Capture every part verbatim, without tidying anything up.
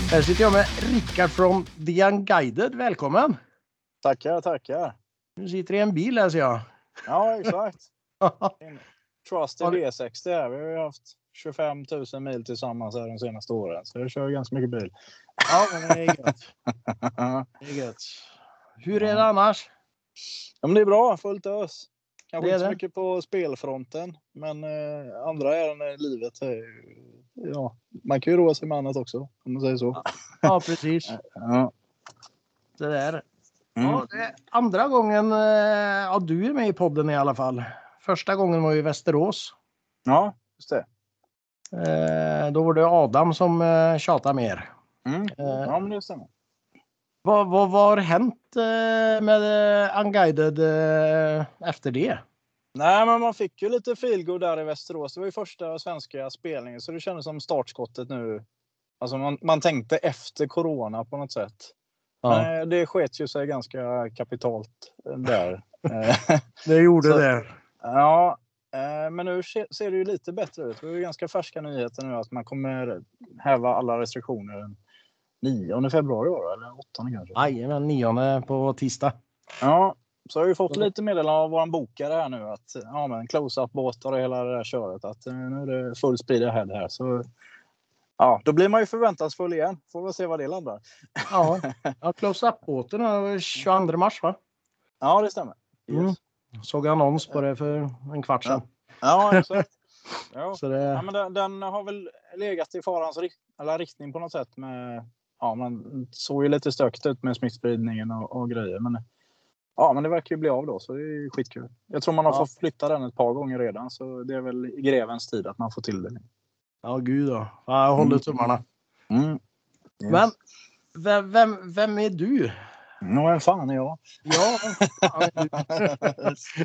Här sitter jag med Rickard från The Unguided. Välkommen! Tackar, tackar. Du sitter i en bil här, ser jag. Ja, exakt. En Trusted V sextio här. Vi har ju haft tjugofem tusen mil tillsammans här de senaste åren. Så jag kör ganska mycket bil. Ja, men det är gött. Det är gött. Hur är det annars? Ja, men det är bra. Fullt ös. Kanske Det är inte så det. mycket på spelfronten. Men eh, andra ärenden i livet är ju, ja, man kan ju roa sig med annat också, om man säger så. Ja, precis. Ja. Det där. Mm. Ja, det är andra gången eh, ja, du är med i podden i alla fall. Första gången var i Västerås. Ja, just det. Eh, då var det Adam som eh, tjatade mer. Mm. Eh, Ja, men det stämmer. vad, vad, vad har hänt eh, med eh, Unguided eh, efter det? Nej, men man fick ju lite feelgood där i Västerås. Det var ju första svenska spelningen, så det kändes som startskottet nu. Alltså man, man tänkte efter corona på något sätt. Ja. Men det sket ju sig ganska kapitalt där. Det gjorde Så, det. Ja, men nu ser det ju lite bättre ut. Det är ju ganska färska nyheter nu att man kommer häva alla restriktioner den nionde februari år, eller åttonde kanske. Nej, men nionde på tisdag. Ja, så har vi fått lite meddelande av våran bokare här nu att ja, men close-up båtar och hela det där köret, att nu är det full speed ahead här. Så ja, då blir man ju förväntansfull igen. Får vi se vad det landar. Ja, ja close-up-båten är tjugoandra mars, va? Ja, det stämmer. Yes. Mm. Såg annons på det för en kvart sedan. Ja, ja exakt. Ja. Så det... Ja, men den, den har väl legat i farans rikt- eller riktning på något sätt. Med, ja, man såg ju lite stökt ut med smittspridningen och, och grejer. Men, ja, men det verkar ju bli av då, så det är skitkul. Jag tror man har Ja. fått flytta den ett par gånger redan, så det är väl i grevens tid att man får till det. Ja, gud då. Ja, jag håller tummarna. Mm. Yes. Men vem, vem, vem är du? Nå, vem fan är jag? Ja, vem fan är du?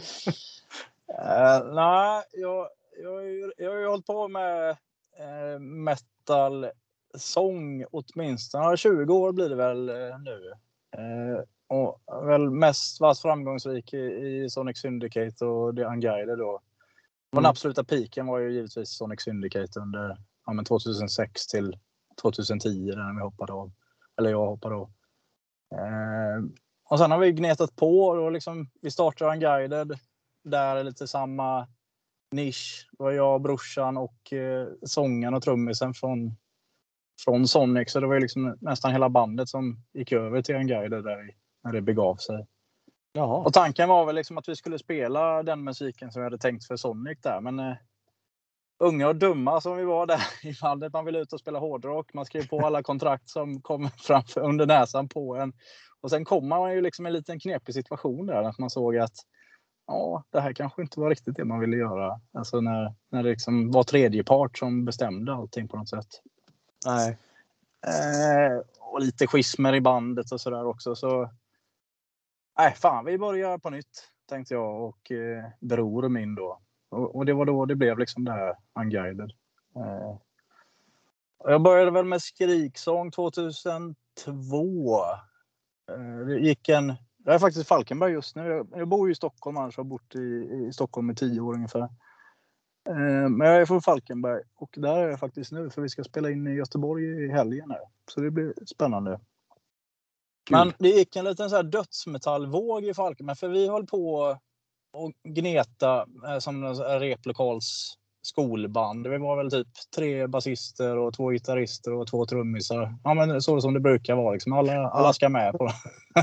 uh, nej, jag, jag, jag har ju hållit på med uh, metal sång åtminstone. tjugo år blir det väl uh, nu. Uh, och väl mest varit framgångsrik i, i Sonic Syndicate och The Unguided då. Den Mm. absoluta piken var ju givetvis Sonic Syndicate under ja, men tjugohundrasex till tjugohundratio när vi hoppade av. Eller jag hoppade av. Eh, och sen har vi gnetat på och liksom, vi startade Unguided. Där är lite samma nisch. Det var jag, brorsan och eh, sången och trummisen från, från Sonic. Så det var ju liksom nästan hela bandet som gick över till Unguided där när det begav sig. Jaha. Och tanken var väl liksom att vi skulle spela den musiken som vi hade tänkt för Sonic där. Men eh, unga och dumma som vi var där i bandet. Man ville ut och spela hårdrock. Man skrev på alla kontrakt som kom framför under näsan på en. Och sen kom man ju liksom i en liten knepig situation där. Att man såg att ja, det här kanske inte var riktigt det man ville göra. Alltså när, när det liksom var tredje part som bestämde allting på något sätt. Nej. Eh, och lite schismer i bandet och sådär också. Så nej, fan, vi börjar på nytt, tänkte jag och eh, bror min då. Och, och det var då det blev liksom det här Unguided. Eh, jag började väl med skriksång tjugohundratvå. Eh, det gick en... Jag är faktiskt i Falkenberg just nu. Jag, jag bor ju i Stockholm, annars har jag bott i, i Stockholm i tio år ungefär. Eh, men jag är från Falkenberg och där är jag faktiskt nu för vi ska spela in i Göteborg i helgen här. Så det blir spännande. Kul. Men det gick en liten så här dödsmetallvåg i Falkenberg. För vi höll på att gneta eh, som en replokals skolband. Vi var väl typ tre basister och två gitarrister och två trummisar. Ja, men så som det brukar vara. Liksom. Alla, alla ska med på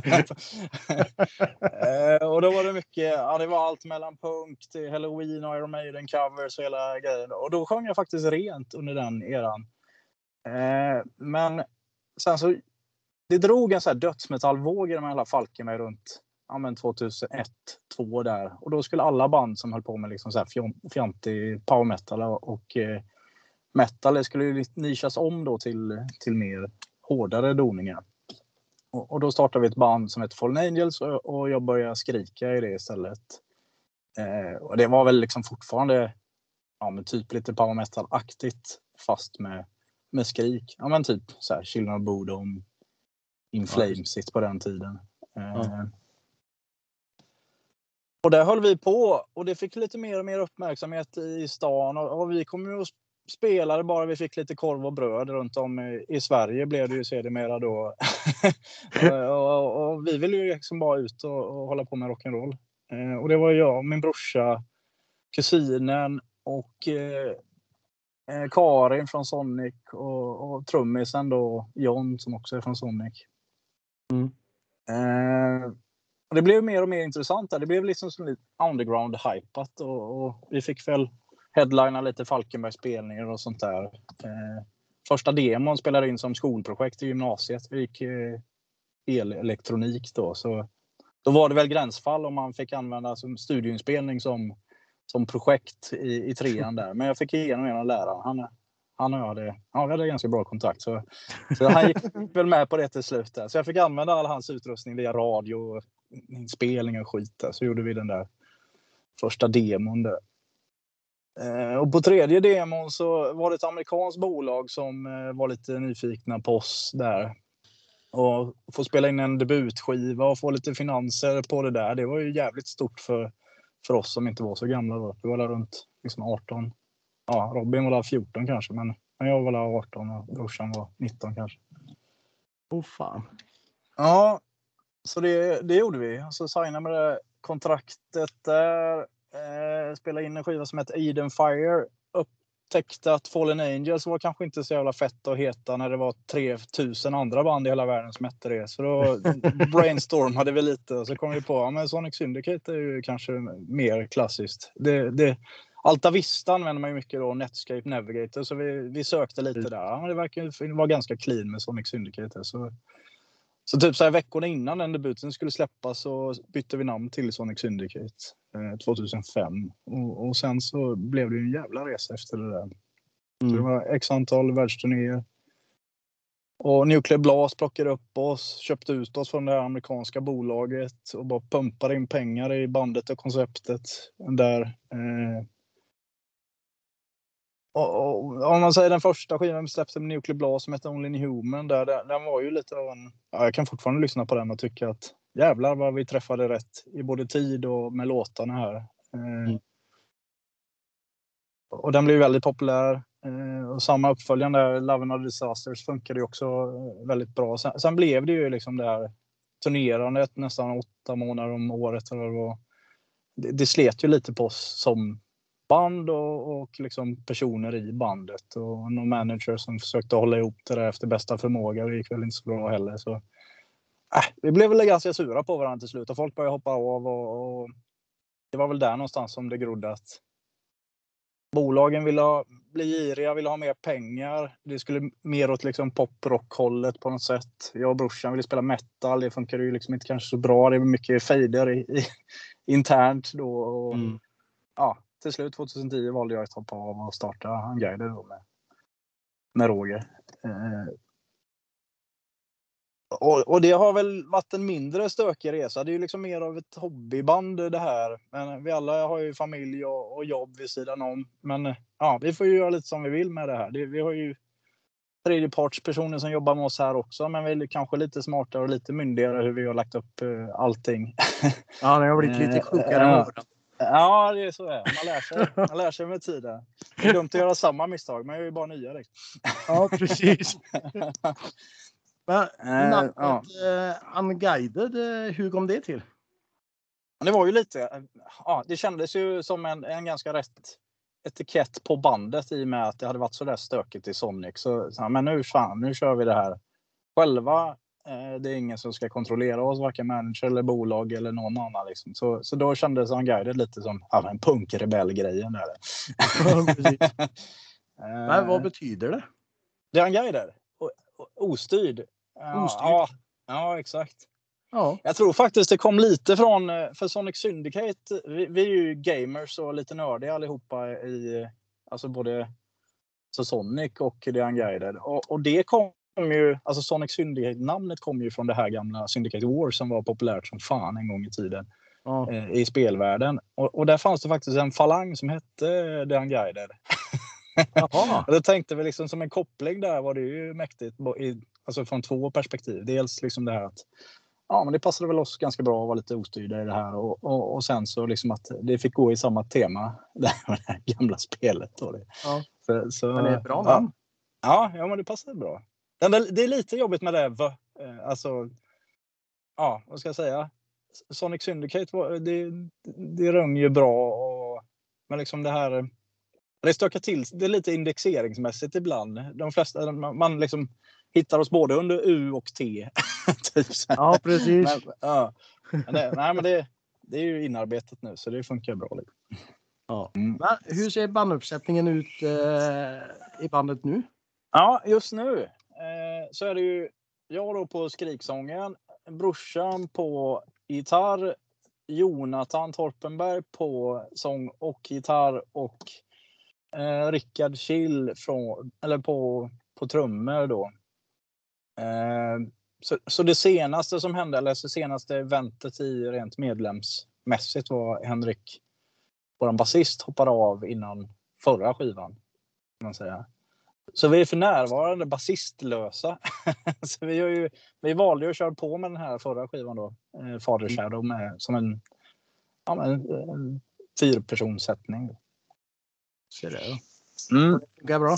eh, och då var det mycket, ja, det var allt mellan punk till Halloween och Iron Maiden covers och hela grejen. Och då sjöng jag faktiskt rent under den eran. Eh, men sen så det drog en så här dödsmetallvåg i de här Falkenberg runt ja, men tjugohundraett två där. Och då skulle alla band som höll på med liksom så här fjantig power metal och, och eh, metal det skulle ju nischas om då till, till mer hårdare doningar. Och, och då startade vi ett band som heter Fallen Angels och, och jag började skrika i det istället. Eh, och det var väl liksom fortfarande ja, men typ lite power metal-aktigt fast med, med skrik. Ja men typ så här Children of Bodom, In Flames på den tiden. Ja. Eh, och där höll vi på och det fick lite mer och mer uppmärksamhet i stan och, och vi kom ju att spelade bara vi fick lite korv och bröd runt om i, i Sverige blev det ju sedermera då. och, och, och vi ville ju liksom bara ut och, och hålla på med rock'n'roll. Eh, och det var jag, min brorsa, kusinen och eh, Karin från Sonic och, och trummisen då, John som också är från Sonic. Mm. Eh, och det blev mer och mer intressant där. Det blev liksom som lite underground-hypat och, och vi fick väl headlina lite Falkenberg-spelningar och sånt där. Eh, första demon spelade in som skolprojekt i gymnasiet. Vi gick eh, elelektronik då. Så då var det väl gränsfall om man fick använda som studioinspelning som, som projekt i, i trean där. Men jag fick igenom en av läraren. Han, han och jag hade, ja, vi hade ganska bra kontakt. Så, så han gick väl med på det till slut där. Så jag fick använda all hans utrustning via radio, inspelning och skit där. Så gjorde vi den där första demon där. Eh, och på tredje demon så var det ett amerikanskt bolag som eh, var lite nyfikna på oss där. Och få spela in en debutskiva och få lite finanser på det där. Det var ju jävligt stort för, för oss som inte var så gamla då. Det var där runt liksom arton. Ja, Robin var där fjorton kanske, men jag var där arton och brorsan var nitton kanske. Oh fan. Ja, så det, det gjorde vi. Så signade med det kontraktet där. Eh, spelade in en skiva som heter Eden Fire. Upptäckte att Fallen Angels var kanske inte så jävla fett att heta när det var tre tusen andra band i hela världen som hette det. Så då brainstormade vi lite och så kom vi på att ja, Sonic Syndicate är ju kanske mer klassiskt. Det, det, Alta Vista använder man ju mycket då, Netscape Navigator, så vi, vi sökte lite där. Ja, men det verkar vara ganska clean med Sonic Syndicate. Så, så typ så här veckorna innan den debuten skulle släppas så bytte vi namn till Sonic Syndicate eh, tjugohundrafem. Och, och sen så blev det ju en jävla resa efter det där. Mm. Så det var x antal världsturnéer. Och Nuclear Blast plockade upp oss, köpte ut oss från det här amerikanska bolaget och bara pumpade in pengar i bandet och konceptet där. Eh, Och, och, om man säger den första skivan släppte med Nuclear Blast som heter Only Inhuman där, där, den var ju lite av en, ja, jag kan fortfarande lyssna på den och tycka att jävlar vad vi träffade rätt i både tid och med låtarna här. Eh, mm. Och den blev väldigt populär. Eh, och samma uppföljande där, Love and Other Disasters, funkade ju också väldigt bra. Sen, sen blev det ju liksom det här turnerandet nästan åtta månader om året. Eller vad det, var. Det, det slet ju lite på oss som band och, och liksom personer i bandet och någon manager som försökte hålla ihop det där efter bästa förmåga. Det gick väl inte så bra heller. Så, äh, vi blev väl ganska sura på varandra till slut och folk började hoppa av och, och det var väl där någonstans som det grodde att bolagen ville ha, bli giriga, ville ha mer pengar. Det skulle mer åt liksom pop-rock-hållet på något sätt. Jag och brorsan ville spela metal. Det funkar ju liksom inte kanske så bra. Det är mycket fader i, i, internt då. Och, mm. Ja, till slut tjugohundratio valde jag att hoppa av och starta Unguided då med, med Roger. Eh, och, och det har väl varit en mindre stökig resa. Det är ju liksom mer av ett hobbyband det här. Men vi alla har ju familj och, och jobb vid sidan om. Men ja, vi får ju göra lite som vi vill med det här. Det, vi har ju tredjepartspersoner som jobbar med oss här också. Men vi är kanske lite smartare och lite myndigare hur vi har lagt upp uh, allting. Ja, det har blivit lite sjukare än åren. Ja, det är så är. Man lär sig, man lär sig med tiden. Det är dumt att göra samma misstag, men jag är ju bara nya. Liksom. Ja, precis. Men namnet ja. uh, Unguided, uh, hur kom det till? Det var ju lite, ja, det kändes ju som en, en ganska rätt etikett på bandet i och med att det hade varit så där stökigt i Sonic. Så, så men nu fan, nu kör vi det här själva. Det är ingen som ska kontrollera oss, varken manager eller bolag eller någon annan. Liksom. Så, så då kändes Unguided lite som ja, en punkrebell-grejen. Där. Men vad betyder det? Det är Unguided. Ostyrd. Ja, Ostyrd? Ja, ja, exakt. Ja. Jag tror faktiskt det kom lite från, för Sonic Syndicate, vi, vi är ju gamers och lite nördiga allihopa i, alltså både så Sonic och The Unguided. Och, och det kom ju, alltså Sonic Syndicate-namnet kom ju från det här gamla Syndicate War som var populärt som fan en gång i tiden ja. eh, i spelvärlden. Och, och där fanns det faktiskt en falang som hette The Unguided. Och då tänkte vi liksom som en koppling där var det ju mäktigt, i, alltså från två perspektiv. Dels liksom det här att ja, men det passade väl oss ganska bra att vara lite ostyrda i det här. Och, och, och sen så liksom att det fick gå i samma tema, det här, det här gamla spelet. Då. Det, ja. Så, så, men det är ett bra namn. Ja, ja, men det passar bra. Det är lite jobbigt med det. Alltså, ja, vad ska jag säga? Sonic Syndicate, det, det röng ju bra. Och, men liksom det här... Det stökar till. Det är lite indexeringsmässigt ibland. De flesta, man liksom hittar oss både under U och T. Typ ja, precis. Men, ja. Men det, nej, men det, det är ju inarbetat nu, så det funkar bra. Liksom. Ja. Mm. Men hur ser banduppsättningen ut eh, i bandet nu? Ja, just nu eh, så är det ju jag då på skriksången, brorsan på gitarr, Jonathan Torpenberg på sång och gitarr och eh, Rickard Kill från, eller på, på trummor då. Eh, så, så det senaste som hände, eller det senaste eventet i rent medlemsmässigt var Henrik, vår basist, hoppade av innan förra skivan, kan man säga. Så vi är för närvarande basistlösa. Så vi, har ju, vi valde ju att köra på med den här förra skivan då, eh, Father Shadow, med, som en, ja, men, en fyrpersonsättning. Så det är mm. det bra.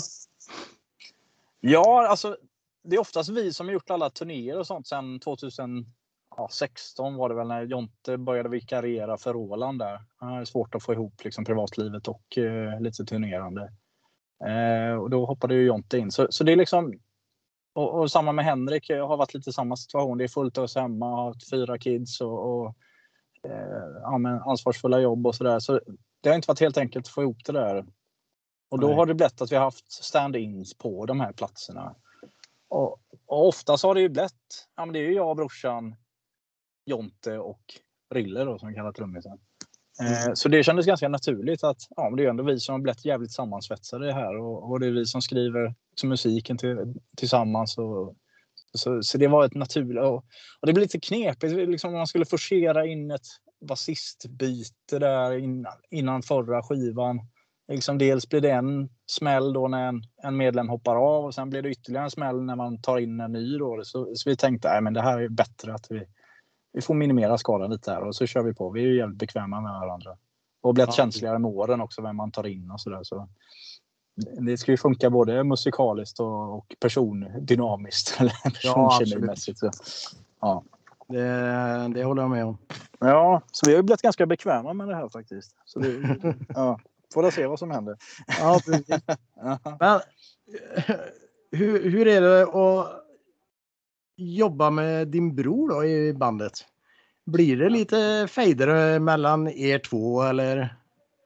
Ja, alltså det är oftast vi som har gjort alla turnéer och sånt sedan tjugohundrasexton var det väl, när Jonte började vikariera för Roland där. Det är svårt att få ihop liksom privatlivet och eh, lite turnerande. Eh, och då hoppade ju Jonte in. Så, så det är liksom, och, och samma med Henrik, jag har varit lite samma situation. Det är fullt ös hemma, har haft fyra kids och, och eh, ja, men ansvarsfulla jobb och sådär. Så det har inte varit helt enkelt att få ihop det där. Och då Nej. har det blivit att vi har haft stand-ins på de här platserna. Och, och oftast har det ju blivit, ja men det är ju jag, brorsan, Jonte och Rille då, som vi kallar trummisen. Eh, så det kändes ganska naturligt att ja, men det är ändå vi som har blivit jävligt sammansvetsade här. Och, och det är vi som skriver liksom, musiken till, tillsammans. Och, så, så det var ett naturligt. Och, och det blir lite knepigt liksom, om man skulle forcera in ett basistbyte där innan, innan förra skivan. Liksom, dels blir det en smäll då när en, en medlem hoppar av, och sen blir det ytterligare en smäll när man tar in en ny. Då. Så, så vi tänkte att det här är bättre att vi Vi får minimera skadan lite här, och så kör vi på. Vi är ju jävligt bekväma med varandra. Och blivit ja. känsligare med åren också, vem man tar in och sådär. Så det ska ju funka både musikaliskt och, och persondynamiskt. Eller personkemimässigt. Ja, ja. Det, det håller jag med om. Ja, så vi har ju blivit ganska bekväma med det här faktiskt. Så det, ja, får vi se vad som händer. Ja, precis. Men hur, hur är det att jobba med din bror då i bandet? Blir det lite fejder mellan er två eller?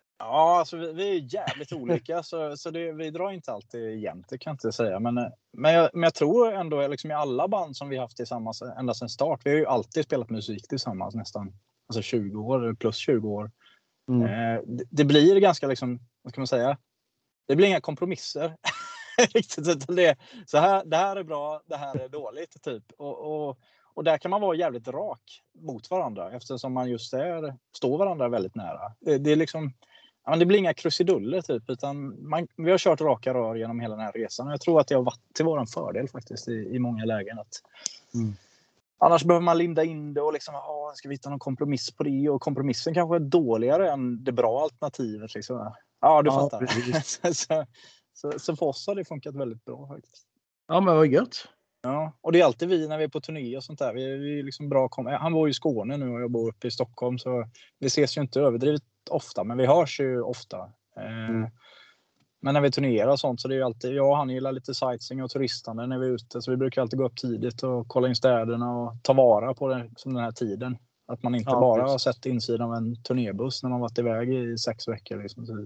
Ja, alltså vi, vi är jävligt olika, så, så det, vi drar inte alltid jämnt, det kan jag inte säga. Men, men, jag, men jag tror ändå liksom i alla band som vi haft tillsammans ända sedan start, vi har ju alltid spelat musik tillsammans nästan, alltså tjugo år, plus tjugo år. Mm. Eh, det, det blir ganska liksom, vad ska man säga, det blir inga kompromisser. Riktigt, utan det, så här, det här är bra, det här är dåligt typ. Och, och, och där kan man vara jävligt rak mot varandra, eftersom man just är, står varandra väldigt nära. Det, det är liksom, ja, men det blir inga krusiduller typ, utan man, vi har kört raka rör genom hela den här resan. Och jag tror att det har varit till våran fördel faktiskt i, i många lägen. Att, mm. Annars behöver man linda in det och liksom, ah, ska vi hitta någon kompromiss på det? Och kompromissen kanske är dåligare än det bra alternativet. Liksom. Ja, du ja, fattar. så, så, så för oss har det funkat väldigt bra faktiskt. Ja, men vad gött. Ja, och det är alltid vi när vi är på turné och sånt där. Vi, vi är liksom bra kom- Han bor i Skåne nu och jag bor uppe i Stockholm, så vi ses ju inte överdrivet ofta, men vi hörs ju ofta. Mm. Eh, men när vi turnerar och sånt, så det är ju alltid, jag och han gillar lite sightseeing och turistande när vi är ute, så vi brukar alltid gå upp tidigt och kolla in städerna och ta vara på det, som den här tiden. Att man inte ja, bara precis. har sett insidan av en turnébuss när man varit iväg i sex veckor. Liksom. Så,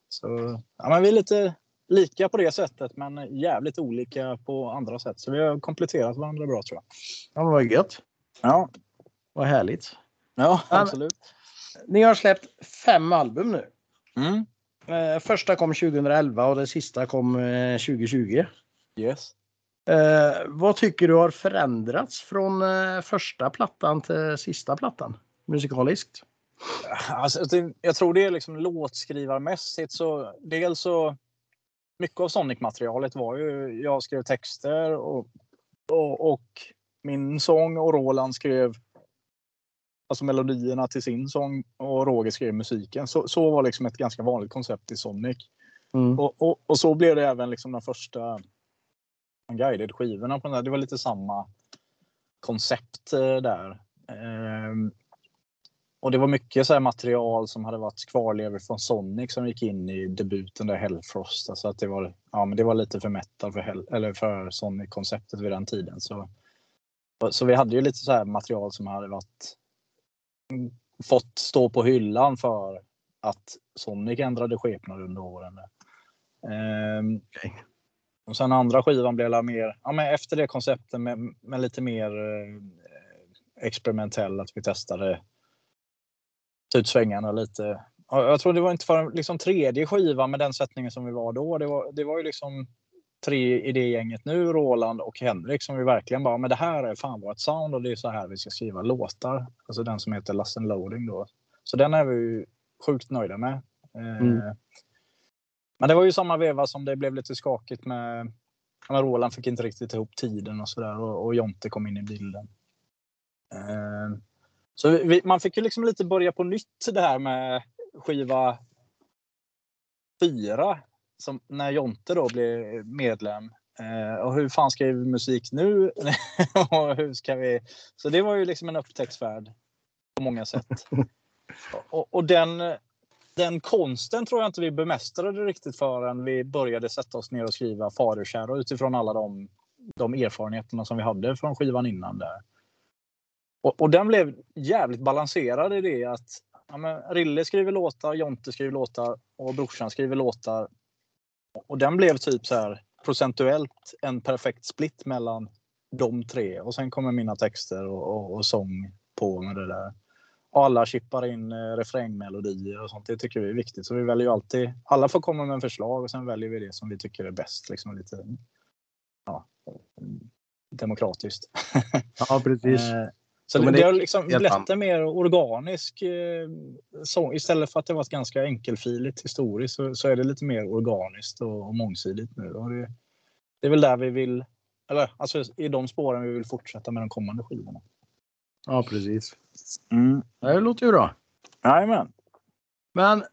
så ja, men vi är lite lika på det sättet, men jävligt olika på andra sätt. Så vi har kompletterat varandra bra, tror jag. Ja, men vad gött. Ja. Vad härligt. Ja, absolut. Men, ni har släppt fem album nu. Mm. Eh, första kom tjugohundraelva och det sista kom eh, tjugohundratjugo. Yes. Eh, vad tycker du har förändrats från eh, första plattan till sista plattan musikaliskt? Alltså, jag tror det är liksom låtskrivarmässigt, så dels så mycket av Sonic-materialet var ju, jag skrev texter och, och, och min sång, och Roland skrev alltså melodierna till sin sång och Roger skrev musiken. Så, så var liksom ett ganska vanligt koncept i Sonic. Mm. Och, och, och så blev det även liksom de första guided skivorna på den där. Det var lite samma koncept eh, där. Ehm, och det var mycket så här material som hade varit kvarlever från Sonic som gick in i debuten där, Hellfrost. Alltså att det var, ja, men det var lite för metal för, Hell, eller för Sonic-konceptet vid den tiden. Så, så vi hade ju lite så här material som hade varit fått stå på hyllan för att Sonic ändrade skepnad under åren. Ehm, Okay. Och sen andra skivan blev mer, ja, men efter det konceptet med, med lite mer eh, experimentell, att vi testade ta ut svängarna lite. Jag tror det var inte för liksom tredje skivan med den sättningen som vi var då. Det var, det var ju liksom tre i det gänget nu, Roland och Henrik, som vi verkligen bara, men det här är fan vårt sound och det är så här vi ska skriva låtar. Alltså den som heter Lust and Loading då. Så den är vi ju sjukt nöjda med. Mm. Eh, men det var ju samma veva som det blev lite skakigt med, med Roland fick inte riktigt ihop tiden och sådär, och, och Jonte kom in i bilden. Eh, så vi, man fick ju liksom lite börja på nytt det här med skiva fyra, som när Jonte då blev medlem. Eh, och hur fan ska vi musik nu? Och hur ska vi... Så det var ju liksom en upptäcktsfärd på många sätt. Och, och den, den konsten tror jag inte vi bemästrade riktigt förrän vi började sätta oss ner och skriva Faderskär utifrån alla de, de erfarenheterna som vi hade från skivan innan där. Och, och den blev jävligt balanserad i det att ja, men Rille skriver låtar, Jonte skriver låtar och brorsan skriver låtar. Och den blev typ så här procentuellt en perfekt split mellan de tre. Och sen kommer mina texter och, och, och sång på med det där. Och alla chippar in eh, refrängmelodier och sånt. Det tycker vi är viktigt. Så vi väljer ju alltid, alla får komma med en förslag och sen väljer vi det som vi tycker är bäst. Liksom lite ja, demokratiskt. Ja, precis. Så ja, det, det, det har liksom blivit en mer organisk eh, sång. Istället för att det var ett ganska enkelfiligt historiskt så, så är det lite mer organiskt och, och mångsidigt nu. Och det, det är väl där vi vill, eller alltså i de spåren vi vill fortsätta med de kommande skivorna. Ja, precis. Mm. Det låter ju bra. Jajamän. Men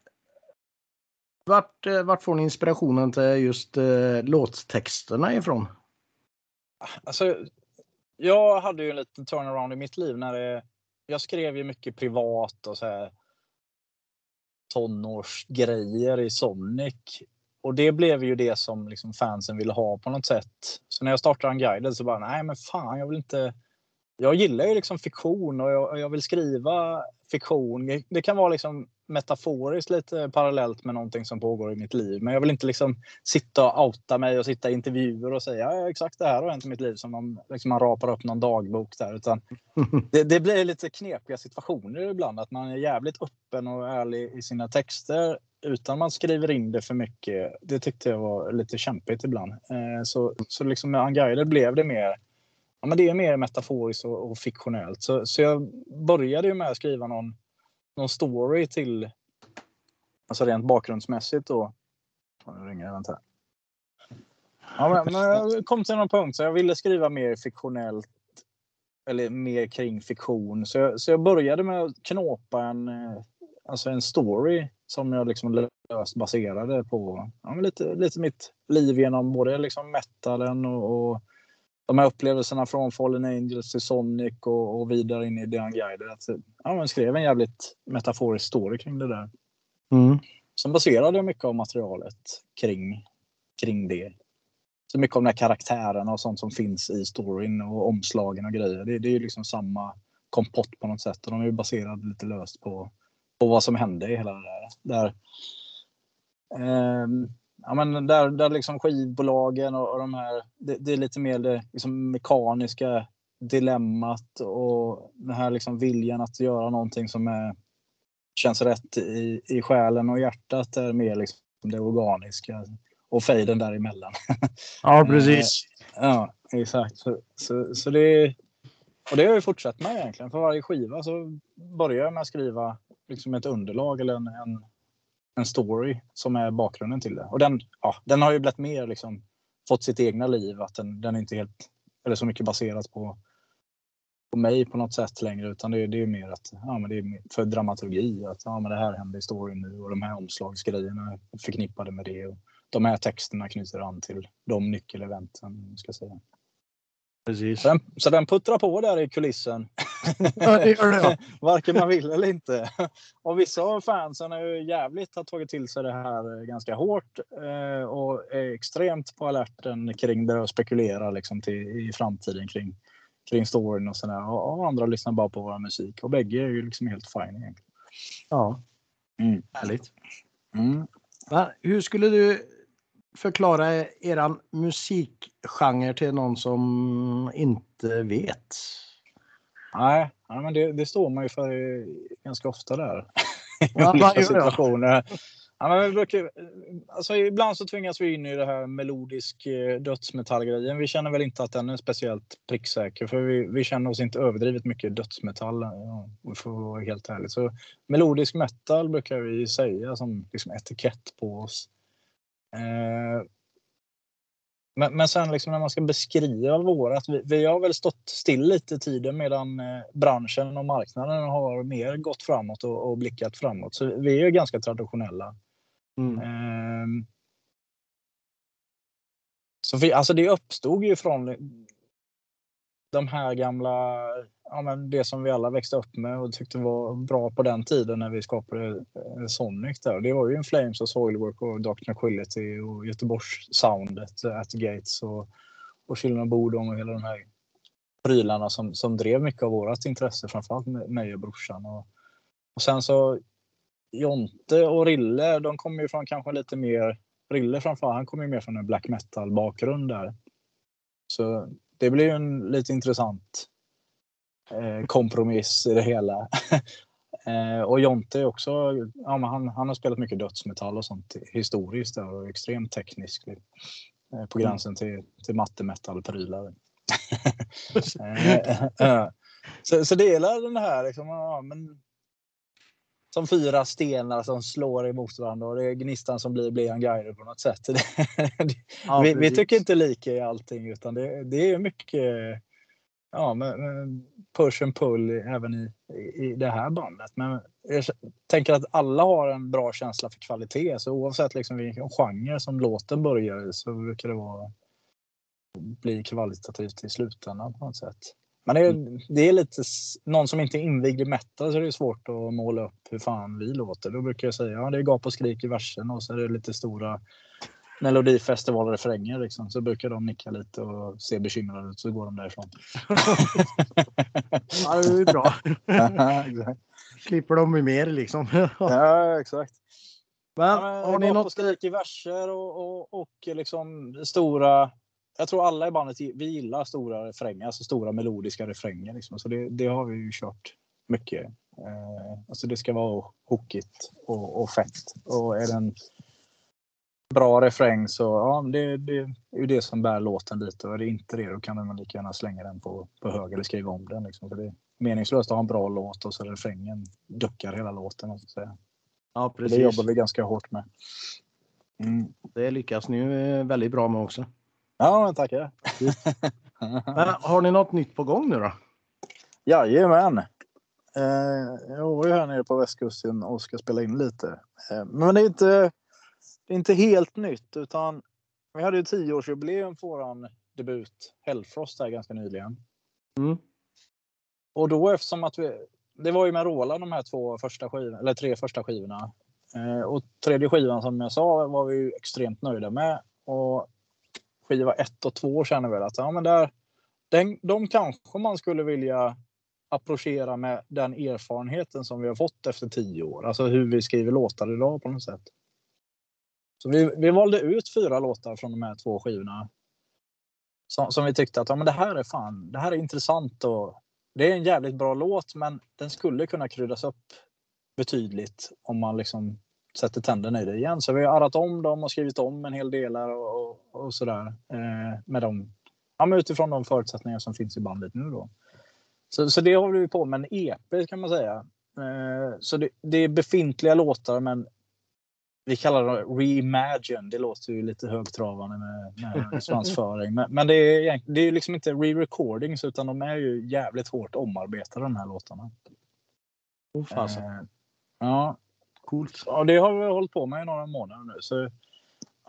vart, vart får ni inspirationen till just eh, låttexterna ifrån? Alltså, jag hade ju en liten turnaround i mitt liv när det, jag skrev ju mycket privat och så här tonårsgrejer i Sonic. Och det blev ju det som liksom fansen ville ha på något sätt. Så när jag startade Unguided så bara, nej men fan, jag vill inte... Jag gillar ju liksom fiktion och jag, jag vill skriva fiktion. Det kan vara liksom metaforiskt lite parallellt med någonting som pågår i mitt liv. Men jag vill inte liksom sitta och outa mig och sitta i intervjuer och säga ja, exakt det här har hänt i mitt liv som man, liksom man rapar upp någon dagbok där. Utan det, det blir lite knepiga situationer ibland. Att man är jävligt öppen och ärlig i sina texter utan man skriver in det för mycket. Det tyckte jag var lite kämpigt ibland. Så, så liksom med Unguided blev det mer... Ja, men det är mer metaforiskt och, och fiktionellt. Så, så jag började ju med att skriva någon, någon story till, alltså rent bakgrundsmässigt då. Nu ringer jag, vänta. Ja, men, men jag kom till någon punkt så jag ville skriva mer fiktionellt eller mer kring fiktion. Så jag, så jag började med att knåpa en, alltså en story som jag liksom löst baserade på ja, men lite, lite mitt liv genom både liksom metalen och, och de här upplevelserna från Fallen Angels till Sonic och, och vidare in i The Unguided. Alltså, ja, man skrev en jävligt metaforisk story kring det där. Mm. Som baserade mycket av materialet kring, kring det. Så mycket av de här karaktärerna och sånt som finns i storyn och omslagen och grejer. Det, det är ju liksom samma kompott på något sätt. Och de är ju baserade lite löst på, på vad som hände i hela det där. där um, Ja, men där, där liksom skivbolagen och, och de här, det, det är lite mer det liksom mekaniska dilemmat och den här liksom viljan att göra någonting som är, känns rätt i, i själen och hjärtat är mer liksom det organiska och fejden däremellan. Ja, precis. Ja, exakt. Så, så, så det, och det har jag fortsatt med egentligen. För varje skiva så börjar jag med att skriva liksom ett underlag eller en, en en story som är bakgrunden till det. Och den, ja, den har ju blivit mer liksom fått sitt egna liv. Att den, den är inte helt, eller så mycket baserat på, på mig på något sätt längre. Utan det, det är mer att, ja men det är för dramaturgi. Att ja men det här händer i storyn nu och de här omslagsgrejerna är förknippade med det. Och, de här texterna knyter an till de nyckeleventen, ska jag säga. Precis. Så den, så den puttrar på där i kulissen. Ja, det gör det, ja. Varken man vill eller inte. Och vissa av fansen är ju jävligt har tagit till sig det här ganska hårt. Eh, och är extremt på alerten kring det och spekulerar liksom till, i framtiden kring, kring storyn och sådär. Och, och andra lyssnar bara på vår musik. Och bägge är ju liksom helt fine egentligen. Ja, Mm. härligt. Mm. Men hur skulle du förklara eran musikgenre till någon som inte vet? Nej, ja, men det, det står man ju för ganska ofta där. I Ja, olika man gör det. situationer. Ja, men vi brukar, alltså ibland så tvingas vi in i det här melodisk eh, dödsmetallgrejen. Vi känner väl inte att den är speciellt pricksäker. För vi, vi känner oss inte överdrivet mycket dödsmetall. Ja, för att vara helt ärlig. Så melodisk metal brukar vi säga som liksom etikett på oss. Eh, Men, men sen liksom när man ska beskriva vårat, vi, vi har väl stått still lite i tiden medan eh, branschen och marknaden har mer gått framåt och, och blickat framåt. Så vi är ju ganska traditionella. Mm. Eh, så vi, alltså det uppstod ju från de här gamla, ja men det som vi alla växte upp med och tyckte var bra på den tiden när vi skapade eh, Sonic där. Det var ju In Flames och Soilwork och Dark Tranquillity och Göteborgs soundet, At the Gates och, och Children of Bodom och hela de här prylarna som, som drev mycket av vårat intresse, framförallt med mig och brorsan. Och, och sen så Jonte och Rille, de kommer ju från kanske lite mer, Rille framförallt, han kommer ju mer från en black metal bakgrund där. Så det blir ju en lite intressant eh, kompromiss i det hela. eh, och Jonte är också, ja, men han, han har spelat mycket dödsmetall och sånt historiskt där och extremt tekniskt. Eh, på gränsen till, till mattemetallprylar. eh, eh, så, så det är den här liksom, ja, men, som fyra stenar som slår emot varandra och det är gnistan som blir, blir en guide på något sätt. Ja, vi, vi tycker inte lika i allting utan det, det är mycket ja, men, men push and pull även i, i det här bandet. Men jag tänker att alla har en bra känsla för kvalitet så oavsett liksom vilken genre som låten börjar i så brukar det vara bli kvalitativt i slutändan på något sätt. Men det är, det är lite någon som inte är invigd i metal så är det svårt att måla upp hur fan vi låter. Då brukar jag säga ja, det är gap och skrik i versen och så är det lite stora melodifestivalrefränger liksom. Så brukar de nicka lite och se bekymrade ut så går de därifrån. Ja, det är ju bra. Slipper de ju mer liksom. Ja, exakt. Men, ja, men har ni gap något och skrik i verser och, och, och liksom stora. Jag tror alla i bandet vi gillar stora refränger, alltså stora melodiska refränger liksom. Så det, det har vi ju kört mycket. Eh, alltså det ska vara hookigt och, och fett och är den bra refräng så ja, det, det är ju det som bär låten lite och är det inte det då kan man lika gärna slänga den på, på hög eller skriva om den liksom. För det är meningslöst att ha en bra låt och så refrängen duckar hela låten så att säga. Ja, precis. Det jobbar vi ganska hårt med. Mm. Det lyckas ni ju väldigt bra med också. Ja, tackar. Men har ni något nytt på gång nu då? Jajamän. Eh, jag var ju här nere på västkusten och ska spela in lite. Eh, men det är inte det är inte helt nytt utan vi hade ju tioårsjubileum för våran debut Hellfrost här ganska nyligen. Mm. Och då eftersom att vi det var ju med Rola de här två första skivorna eller tre första skivorna. Eh, och tredje skivan som jag sa var vi ju extremt nöjda med och skiva ett och två känner väl att ja men där den, de kanske man skulle vilja approchera med den erfarenheten som vi har fått efter tio år. Alltså hur vi skriver låtar idag på något sätt. Så vi, vi valde ut fyra låtar från de här två skivorna. Som, som vi tyckte att ja, men det här är fan, det här är intressant och det är en jävligt bra låt men den skulle kunna kryddas upp betydligt om man liksom sätter tänderna i det igen. Så vi har arrat om dem och skrivit om en hel del och, och, och sådär eh, med dem. Ja, men utifrån de förutsättningar som finns i bandet nu då. Så, så det håller vi på med en E P kan man säga. Eh, så det, det är befintliga låtar men vi kallar det reimagine. Det låter ju lite högtravande med, med svansföring. Men, men det är det är liksom inte re-recordings utan de är ju jävligt hårt omarbetade de här låtarna. Oh, fasen. Eh, ja. Coolt. Ja, det har vi hållit på med i några månader nu. Så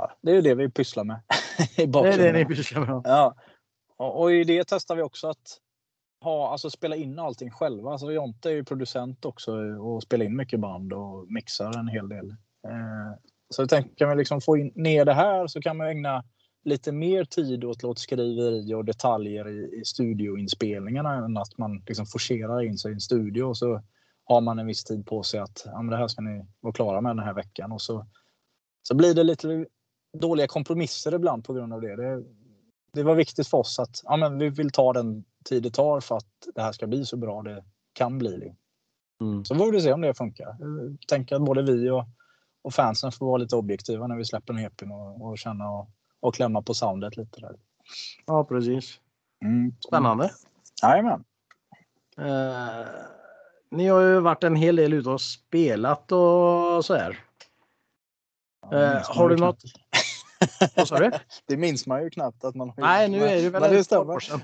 ja, det är ju det vi pysslar med. I det är det ni pysslar med. Ja. Och, och i det testar vi också att ha, alltså spela in allting själva. Alltså Jonte är ju producent också och spelar in mycket band och mixar en hel del. Eh, så jag tänker, kan vi liksom få in, ner det här så kan man ägna lite mer tid åt låtskriveri och detaljer i, i studioinspelningarna än att man liksom forcerar in sig i en studio och så har man en viss tid på sig att ja, men det här ska ni vara klara med den här veckan och så, så blir det lite dåliga kompromisser ibland på grund av det. Det, det var viktigt för oss att ja, men vi vill ta den tid det tar för att det här ska bli så bra det kan bli. Mm. Så får vi se om det funkar. Jag tänker att både vi och, och fansen får vara lite objektiva när vi släpper en E P och, och känna och, och klämma på soundet lite där. Ja, precis. Mm. Spännande. Jajamän. Uh, ni har ju varit en hel del ute och spelat och så här. Ja, uh, har du något... Vad sa du? Det minns man ju knappt att man har. Nej, nu är det väl men det ett år sedan.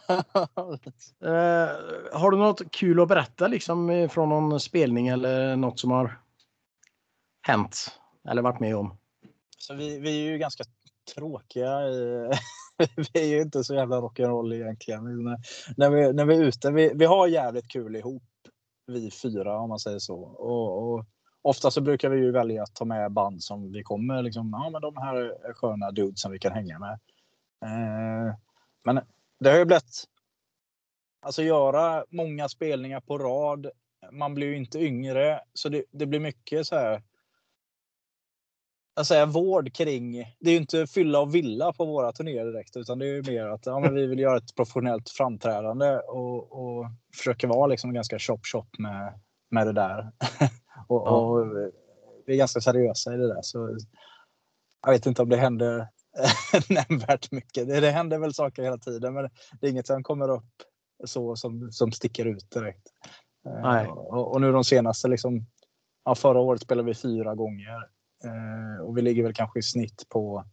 uh, har du något kul att berätta liksom från någon spelning eller något som har hänt eller varit med om? Så vi, vi är ju ganska tråkiga. Vi är ju inte så jävla rock'n'roll egentligen. När, när, vi, när vi är ute, vi, vi har jävligt kul ihop. Vi fyra om man säger så. Och, och ofta så brukar vi ju välja att ta med band som vi kommer liksom, ja men de här är sköna dudes som vi kan hänga med. Eh, men det har ju blivit, alltså göra många spelningar på rad. Man blir ju inte yngre så det, det blir mycket så här. Jag säger vård kring, det är ju inte fylla och villa på våra turnéer direkt utan det är ju mer att ja, men vi vill göra ett professionellt framträdande och, och försöka vara liksom ganska chop-chop med, med det där. och, ja. och vi är ganska seriösa i det där så jag vet inte om det händer nämnvärt mycket. Det, det händer väl saker hela tiden men det är inget som kommer upp så som, som sticker ut direkt. Nej. Och, och nu de senaste liksom, ja, förra året spelade vi fyra gånger. Uh, och vi ligger väl kanske i snitt på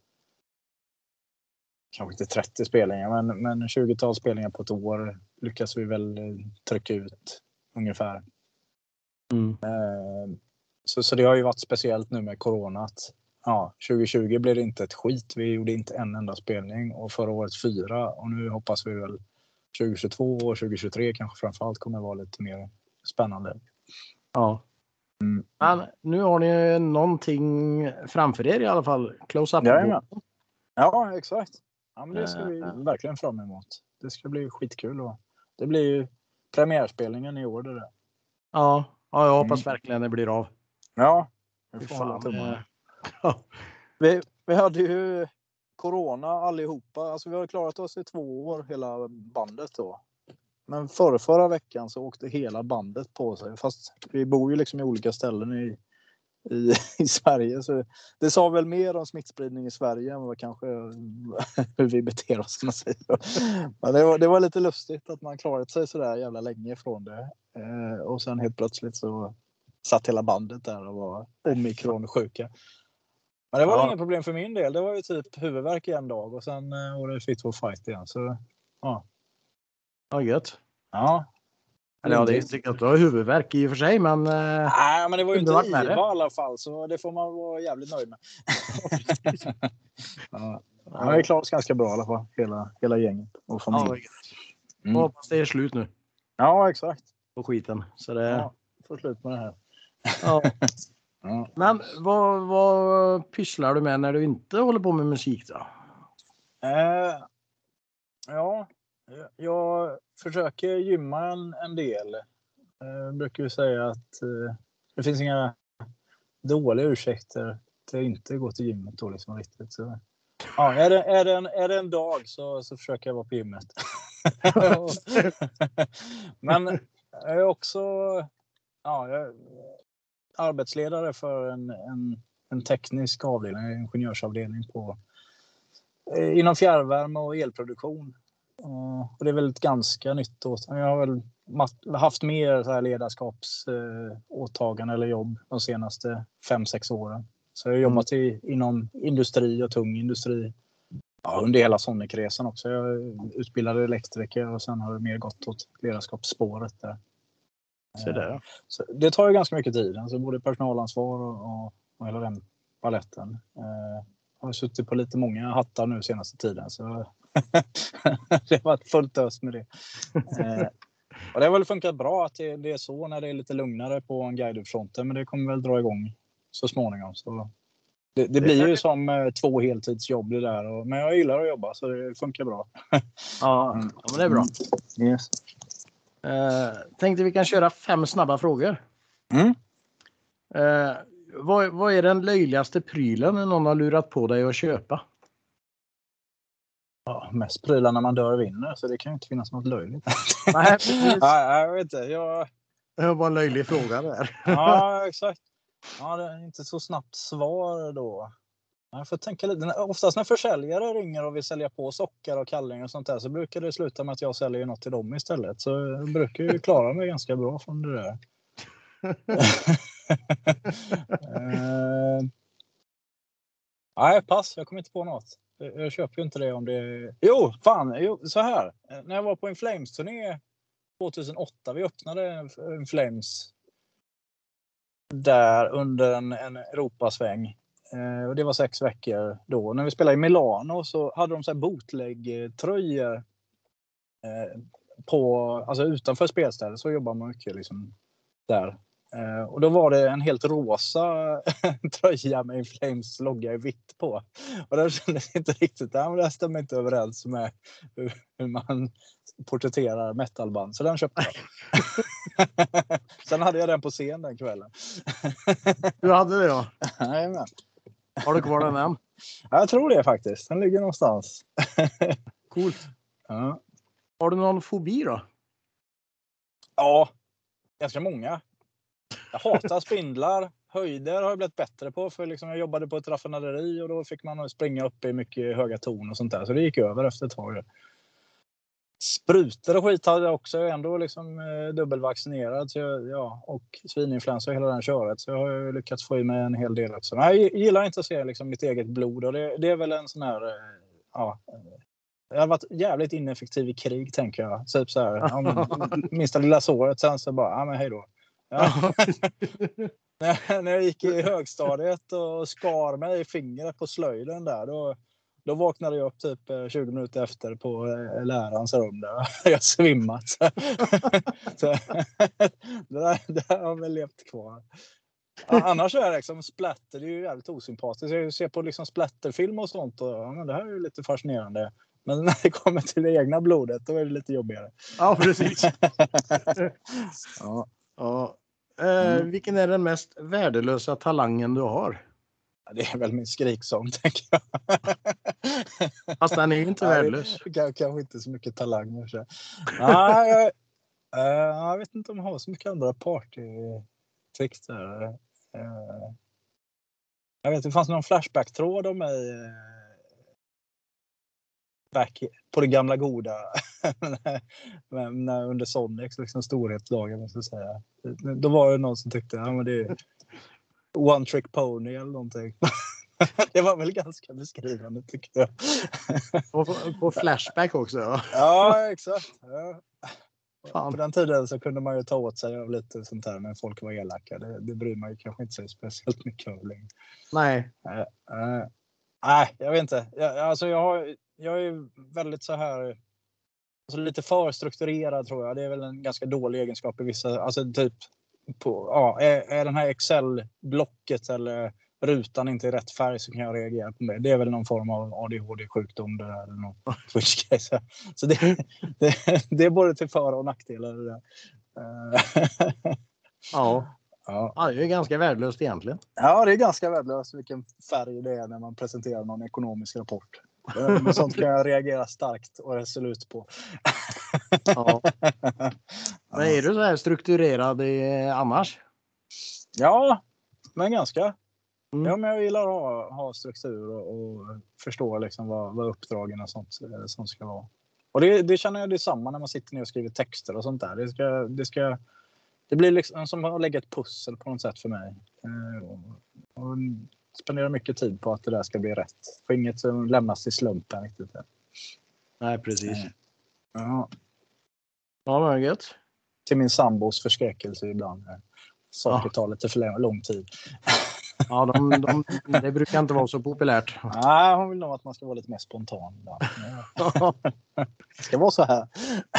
kanske inte trettio spelningar men, men tjugotal spelningar på ett år lyckas vi väl trycka ut ungefär. Mm. Uh, så, så det har ju varit speciellt nu med corona att ja, tjugo tjugo blev det inte ett skit. Vi gjorde inte en enda spelning och förra året fyra och nu hoppas vi väl tjugo tjugotvå och tjugo tjugotre kanske framförallt kommer vara lite mer spännande. Ja. Mm. Men nu har ni någonting framför er i alla fall. Close up. Ja, ja, exakt. Ja, men det ska vi uh, verkligen fram emot. Det ska bli skitkul. Och det blir ju premiärspelningen i år. Det där. Ja, ja, jag hoppas mm. verkligen det blir av. Ja, vi får hålla tummarna. vi, vi hade ju corona allihopa. Alltså vi har klarat oss i två år hela bandet då. Men förra, förra veckan så åkte hela bandet på sig. Fast vi bor ju liksom i olika ställen i, i, i Sverige. Så det sa väl mer om smittspridning i Sverige än vad kanske hur vi beter oss. Man säger. Men det var, det var lite lustigt att man klarat sig så där jävla länge ifrån det. Eh, och sen helt plötsligt så satt hela bandet där och var omikron-sjuka. Men det var ja. inget problem för min del. Det var ju typ huvudvärk i en dag och sen eh, var det fit for fight igen. Så ja. Ja, gött. Ja. Eller ja, det är inte att du har huvudvärk i och för sig, men... Nej, men det var ju inte I V A i alla fall, så det får man vara jävligt nöjd med. ja. Ja, vi klarar oss ganska bra i alla fall, hela, hela gänget och familjen. Ja, mm. hoppas det är slut nu. Ja, exakt. På skiten. Så det... Ja, får slut med det här. ja. Ja. Men vad, vad pysslar du med när du inte håller på med musik då? Eh, ja... Jag försöker gymma en, en del. Jag brukar ju säga att eh, det finns inga dåliga ursäkter till att inte gå till gymmet då liksom riktigt. Så, ja, är, det, är, det en, är det en dag så, så försöker jag vara på gymmet. Men jag är också ja, jag är arbetsledare för en, en, en teknisk avdelning, en ingenjörsavdelning på, inom fjärrvärme och elproduktion. Och det är väl ett ganska nytt åt. Jag har väl haft mer så här ledarskapsåtaganden eller jobb de senaste fem sex åren. Så jag har jobbat i, inom industri och tung industri ja, under hela Sonic-resan också. Jag utbildade elektriker och sen har det mer gått åt ledarskapsspåret där. Så det. Så det tar ju ganska mycket tid. Alltså både personalansvar och, och, och hela den paletten. har suttit på lite många hattar nu senaste tiden. Så det har varit fullt ös med det. Eh, och det har väl funkat bra att det, det är så när det är lite lugnare på en guidefronten. Men det kommer väl dra igång så småningom. Så det, det blir ju som eh, två heltidsjobb det där. Och, men jag gillar att jobba så det funkar bra. Ja, men det är bra. Yes. Eh, tänkte vi kan köra fem snabba frågor. Mm. Eh, vad, vad är den löjligaste prylen någon har lurat på dig att köpa? Ja, mest prylar när man dör och vinner, så det kan ju inte finnas något löjligt. Nej, Nej, jag vet inte. Jag... Det var en löjlig fråga där. Ja, exakt. Ja, det är inte så snabbt svar då. Jag får tänka lite. Oftast när försäljare ringer och vill sälja på sockar och kallingar och sånt där så brukar det sluta med att jag säljer något till dem istället. Så jag brukar ju klara mig ganska bra från det där. uh, nej, pass. Jag kommer inte på något. Jag köper ju inte det om det... Jo, fan. Jo, så här. När jag var på en Flames-turné tjugohundraåtta. Vi öppnade en Flames där under en, en Europasväng. Eh, och det var sex veckor då. När vi spelade i Milano så hade de så här bootleg-tröjor eh, på, alltså utanför spelstället så jobbar man mycket liksom där. Eh, och då var det en helt rosa tröja med en Flames logga i vitt på. Och det kändes inte riktigt, ja, men det stämmer inte överens med hur, hur man porträtterar metalband. Så den köpte jag. Sen hade jag den på scen den kvällen. Du hade det, ja? Jajamän. Har du kvar den än? Ja, jag tror det faktiskt. Den ligger någonstans. Coolt. Ja. Har du någon fobi då? Ja, ganska många. Jag hatar spindlar. Höjder har jag blivit bättre på. För liksom jag jobbade på ett raffinaderi och då fick man springa upp i mycket höga ton och sånt där. Så det gick över efter ett tag. Sprutor och skit hade jag också. Jag är ändå liksom eh, dubbelvaccinerad. Så jag, ja, och svininfluensa och hela den köret. Så jag har ju lyckats få i mig en hel del också. Men jag gillar inte att se liksom, mitt eget blod. Och det, det är väl en sån här... Eh, ja, jag har varit jävligt ineffektiv i krig, tänker jag. Typ så här, ja, minsta lilla såret. Sen så bara, ja men hej då. Ja. när, när jag gick i högstadiet och skar mig i fingret på slöjden där, då, då vaknade jag upp typ tjugo minuter efter på lärarens rum där. Jag svimmat. Så, det, där, det där har väl levt kvar. Annars är det liksom splatter, det är ju jävligt osympatiskt. Jag ser på liksom splatterfilm och sånt och ja, men det här är ju lite fascinerande. Men när det kommer till det egna blodet, då är det lite jobbigare. Ja, precis. Ja. Ja. Eh, Mm. Vilken är den mest värdelösa talangen du har? Det är väl min skriksång, tänker jag. Fast den är ju inte värdelös. Ja, kanske inte så mycket talang. Nej, jag, äh, jag vet inte om jag har så mycket andra partytricks där. Äh, jag vet, det fanns någon flashback-tråd om mig äh, back på det gamla goda. men, men, under Sonics liksom storhetslagen, måste jag säga. Då var det någon som tyckte ja, men det är one trick pony eller någonting. Det var väl ganska beskrivande, tycker jag. Och på, på Flashback också. Ja, ja exakt. Ja. Fan. På den tiden så kunde man ju ta åt sig av lite sånt här när folk var elaka. Det, det bryr man ju kanske inte sig speciellt mycket om längre. Nej. Nej, äh, äh, äh, jag vet inte. Jag, alltså jag, har, jag är väldigt så här... Alltså lite för strukturerad, tror jag. Det är väl en ganska dålig egenskap i vissa... Alltså typ... På, ja, är, är den här Excel-blocket eller rutan inte i rätt färg så kan jag reagera på det. Det är väl någon form av A D H D-sjukdom det där, eller någon så, så det, det, det är både till för- och nackdelar det där. Ja. Ja. Ja, det är ganska värdelöst egentligen. Ja, det är ganska värdelöst vilken färg det är när man presenterar någon ekonomisk rapport. Men sånt kan jag reagera starkt och resolut på. Ja. Men är du så här strukturerad i, annars? Ja, men ganska. Mm. Ja, men jag gillar att ha, ha struktur och, och förstå liksom vad, vad uppdragen och sånt, sånt ska vara. Och det, det känner jag detsamma när man sitter ner och skriver texter och sånt där. Det, ska, det, ska, det blir liksom som att lägga ett pussel på något sätt för mig. Och, och spendera mycket tid på att det där ska bli rätt. För inget som lämnas till slumpen riktigt. Nej, precis. Ja. Ja, men gött. Till min sambos förskräckelse ibland. Saker tar lite för lång tid. Ja, de, de, det brukar inte vara så populärt. Nej, hon vill nog att man ska vara lite mer spontan. Det ska vara så här.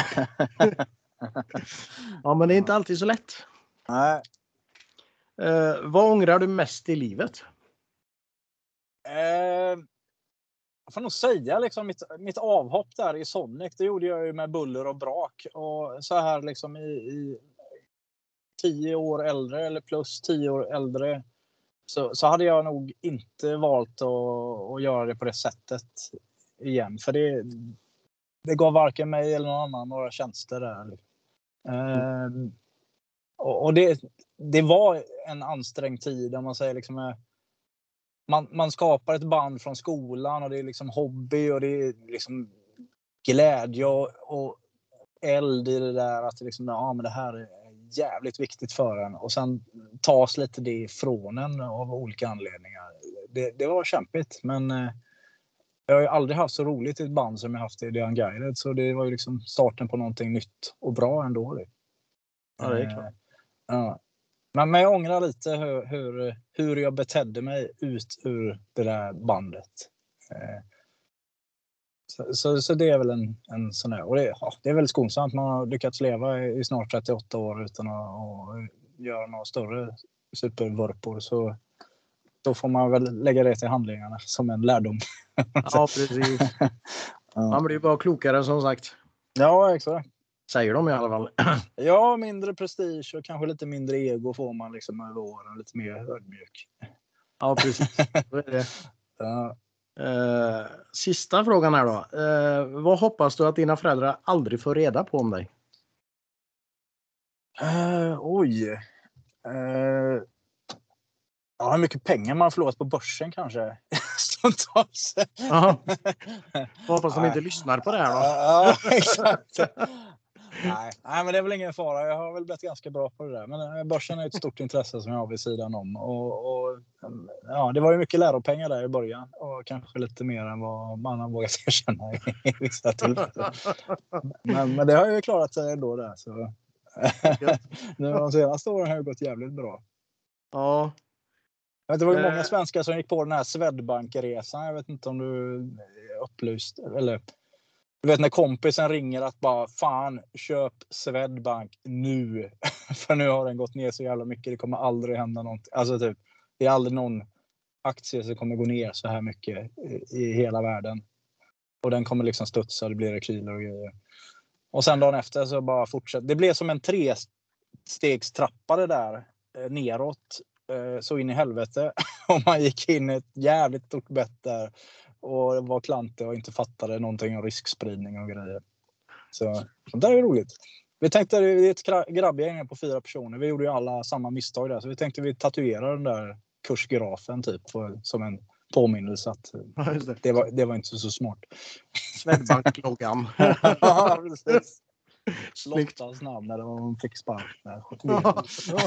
Ja, men det är inte alltid så lätt. Nej. Eh, vad ångrar du mest i livet? Eh, jag får nog säga liksom mitt, mitt avhopp där i Sonic, det gjorde jag ju med buller och brak. Och så här liksom i, i tio år äldre eller plus tio år äldre så, så hade jag nog inte valt att, att göra det på det sättet igen. För det, det gav varken mig eller någon annan några tjänster där. Eh, och och det, det var en ansträngd tid om man säger liksom man, man skapar ett band från skolan och det är liksom hobby och det är liksom glädje och, och eld i det där att det liksom, ja, men det här är jävligt viktigt för en och sen tas lite det ifrån en av olika anledningar. Det, det var kämpigt, men eh, jag har ju aldrig haft så roligt i ett band som jag haft i The Unguided, så det var ju liksom starten på någonting nytt och bra ändå. Det. Ja, det är klart. Eh, ja. Men, men jag ångrar lite hur, hur, hur jag betedde mig ut ur det där bandet. Eh, så, så, så det är väl en, en sån här, och det, ja, det är väl skonsamt. Man har lyckats leva i, i snart trettioåtta år utan att och göra några större supervurpor, så då får man väl lägga det till handlingarna som en lärdom. Ja, precis. Man blir bara klokare som sagt. Ja, exakt. Säger de i alla fall. Ja, mindre prestige och kanske lite mindre ego får man liksom över åren. Lite mer ödmjuk. Ja, precis. Så är det. Ja. Uh, sista frågan här då. Uh, vad hoppas du att dina föräldrar aldrig får reda på om dig? Uh, oj. Uh, ja, hur mycket pengar man har förlorat på börsen kanske. Stundtals. Ja. Hoppas de inte lyssnar på det här då. Ja, exakt. Nej, nej, men det är väl ingen fara. Jag har väl blivit ganska bra på det där. Men börsen är ett stort intresse som jag har vid sidan om. Och, och, ja, det var ju mycket läropengar där i början. Och kanske lite mer än vad man har vågat erkänna i vissa tillfällen. Men, men det har ju klarat sig ändå där. Så. Nu de senaste åren har det gått jävligt bra. Ja. Det var ju många svenskar som gick på den här Swedbank-resan. Jag vet inte om du är upplyst. Eller... Du vet när kompisen ringer att bara fan, köp Swedbank nu. För nu har den gått ner så jävla mycket. Det kommer aldrig hända något. Alltså typ, det är aldrig någon aktie som kommer gå ner så här mycket i hela världen. Och den kommer liksom studsa, det blir rekyler och grejer. Och sen dagen efter så bara fortsätter. Det blev som en trestegstrappa det där neråt. Så in i helvete. Och man gick in ett jävligt stort bett där. Och var klantig och inte fattade någonting om riskspridning och grejer. Så det är roligt. Vi tänkte, vi är ett grabbgäng på fyra personer. Vi gjorde ju alla samma misstag där. Så vi tänkte vi tatuerar den där kursgrafen typ för, som en påminnelse att ja, det. Det, var, det var inte så smart. Swedbank-loggan. Ja, precis. Lottas namn när de fick spark. Ja,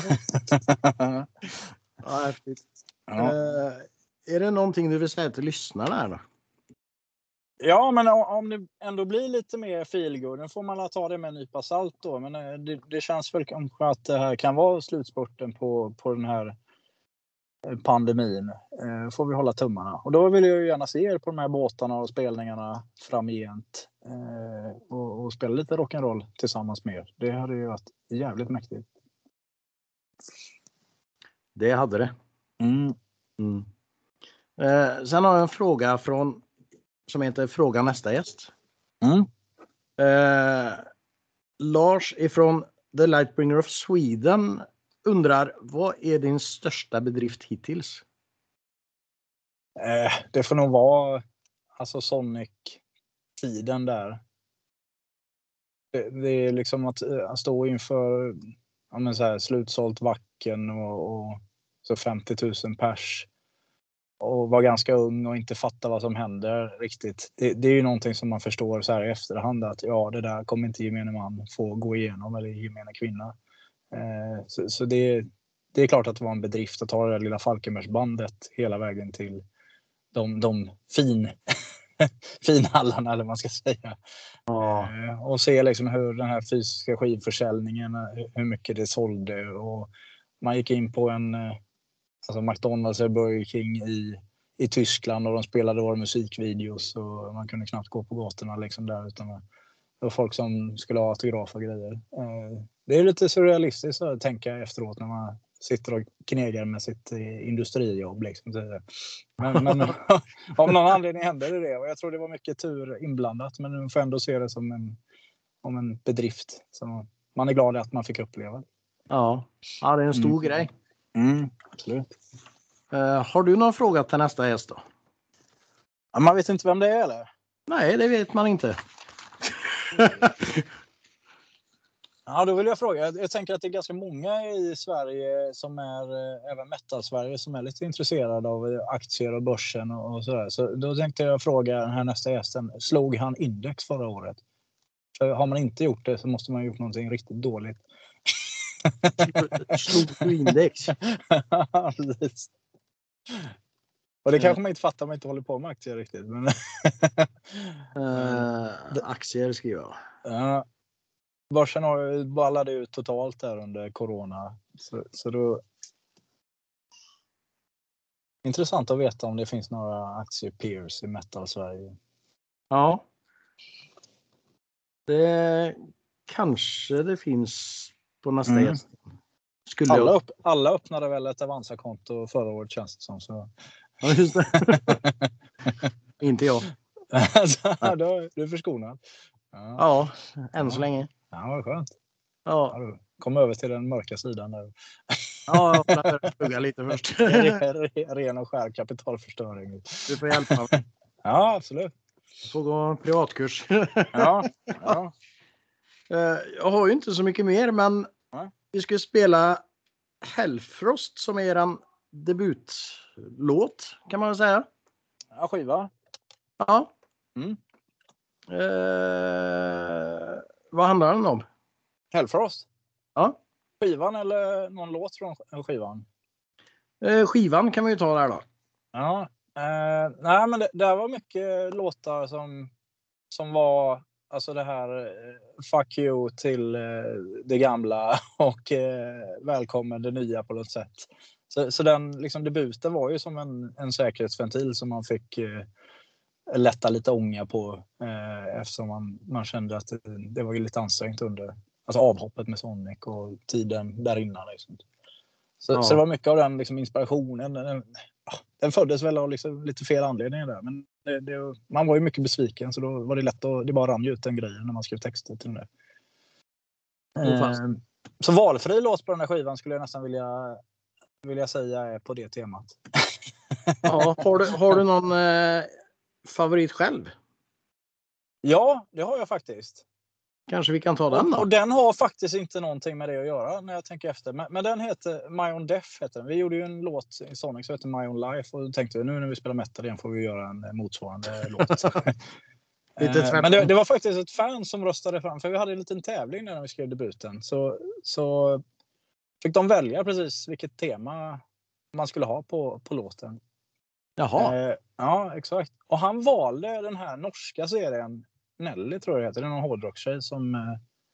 häftigt. Ja. Uh, är det någonting du vill säga till lyssnarna här då? Ja, men om det ändå blir lite mer feelgood, då får man ta det med en nypa salt då. Men det, det känns väl kanske att det här kan vara slutspurten på, på den här pandemin. Eh, får vi hålla tummarna. Och då vill jag ju gärna se er på de här båtarna och spelningarna framgent. Eh, och, och spela lite rock'n'roll tillsammans med er. Det hade ju varit jävligt mäktigt. Det hade det. Mm. Mm. Eh, sen har jag en fråga från som heter Fråga nästa gäst. Mm. Eh, Lars ifrån The Lightbringer of Sweden undrar, vad är din största bedrift hittills? Eh, det får nog vara alltså Sonic-tiden där. Det, det är liksom att, att stå inför ja, men så här, slutsålt Wacken och, och så femtio tusen pers. Och vara ganska ung och inte fatta vad som händer riktigt. Det, det är ju någonting som man förstår så här i efterhand att ja, det där kommer inte gemene man få gå igenom eller gemene kvinna. Eh, så så det, det är klart att det var en bedrift att ta det där lilla Falkenbergsbandet hela vägen till de, de fin, finhallarna eller vad man ska säga. Ja. Eh, och se liksom hur den här fysiska skivförsäljningen, hur mycket det sålde och man gick in på en alltså McDonalds och Burger King i, i Tyskland och de spelade våra musikvideos och man kunde knappt gå på gatorna liksom där utan det var folk som skulle ha autograf och grejer. Eh, det är lite surrealistiskt att tänka efteråt när man sitter och knegar med sitt industrijobb liksom. Men, men av någon anledning hände det det och jag tror det var mycket tur inblandat men man får ändå se det som en, som en bedrift. Så man är glad att man fick uppleva. Ja, ja det är en stor mm. grej. Mm, absolut. Uh, har du någon fråga till nästa gäst då? Ja, man vet inte vem det är eller? Nej, det vet man inte. Ja, då vill jag fråga. Jag, jag tänker att det är ganska många i Sverige som är, även Metal-Sverige, som är lite intresserade av aktier och börsen och, och sådär. Så då tänkte jag fråga den här nästa gästen. Slog han index förra året? För har man inte gjort det så måste man ha gjort någonting riktigt dåligt. Slog du index? Och det kanske man inte fattar om man inte håller på med aktier riktigt. Men uh, aktier skriver jag. Ja. Börsen har ballade ut totalt där under corona. Så, så då... Intressant att veta om det finns några aktiepeers i Metal Sverige. Ja. Det kanske det finns på nästa mm. gäst. Skulle alla, upp, alla öppnade väl ett Avanza-konto förra året känns det som. Så. Ja, just det. Inte jag. Ja, då, du är förskonad. Ja, ja än så länge. Ja, vad skönt. Ja. Ja, kom över till den mörka sidan där. Ja, jag plugga lite först. Ren och skär kapitalförstöring. Du får hjälpa mig. Ja, absolut. Du får gå en privatkurs. Ja, ja. Jag har ju inte så mycket mer, men ja. Vi ska spela Hellfrost som är eran debutlåt, kan man väl säga. Ja, skiva. Ja. Mm. Eh, vad handlar den om? Hellfrost? Ja. Skivan eller någon låt från skivan? Eh, skivan kan vi ju ta där då. Ja. Eh, nej, men det, det var mycket låtar som, som var alltså det här eh, fuck you till eh, det gamla och eh, välkommen det nya på något sätt. Så, så den liksom, debuten var ju som en, en säkerhetsventil som man fick eh, lätta lite ånga på eh, eftersom man, man kände att det, det var lite ansträngt under alltså avhoppet med Sonic och tiden där innan. Liksom. Så, ja. så det var mycket av den liksom, inspirationen. Den, den föddes väl av liksom, lite fel anledningar där. Men det, det, man var ju mycket besviken så då var det lätt att det bara rann ut den grejen när man skrev texter till den där. Eh, så valfri låt på den här skivan skulle jag nästan vilja, vilja säga är på det temat. Ja, har du, har du någon eh, favorit själv? Ja, det har jag faktiskt. Kanske vi kan ta den då. Och, och den har faktiskt inte någonting med det att göra när jag tänker efter. Men, men den heter My Own Death. Heter den. Vi gjorde ju en låt i Sonic som heter My Own Life. Och då tänkte vi nu när vi spelar metal igen får vi göra en motsvarande låt. Lite men det, det var faktiskt ett fan som röstade fram. För vi hade en liten tävling när vi skrev debuten. Så, så fick de välja precis vilket tema man skulle ha på, på låten. Jaha. Eh, ja, exakt. Och han valde den här norska serien Nelly tror jag det heter. Det är någon hårdrockstjej som eh,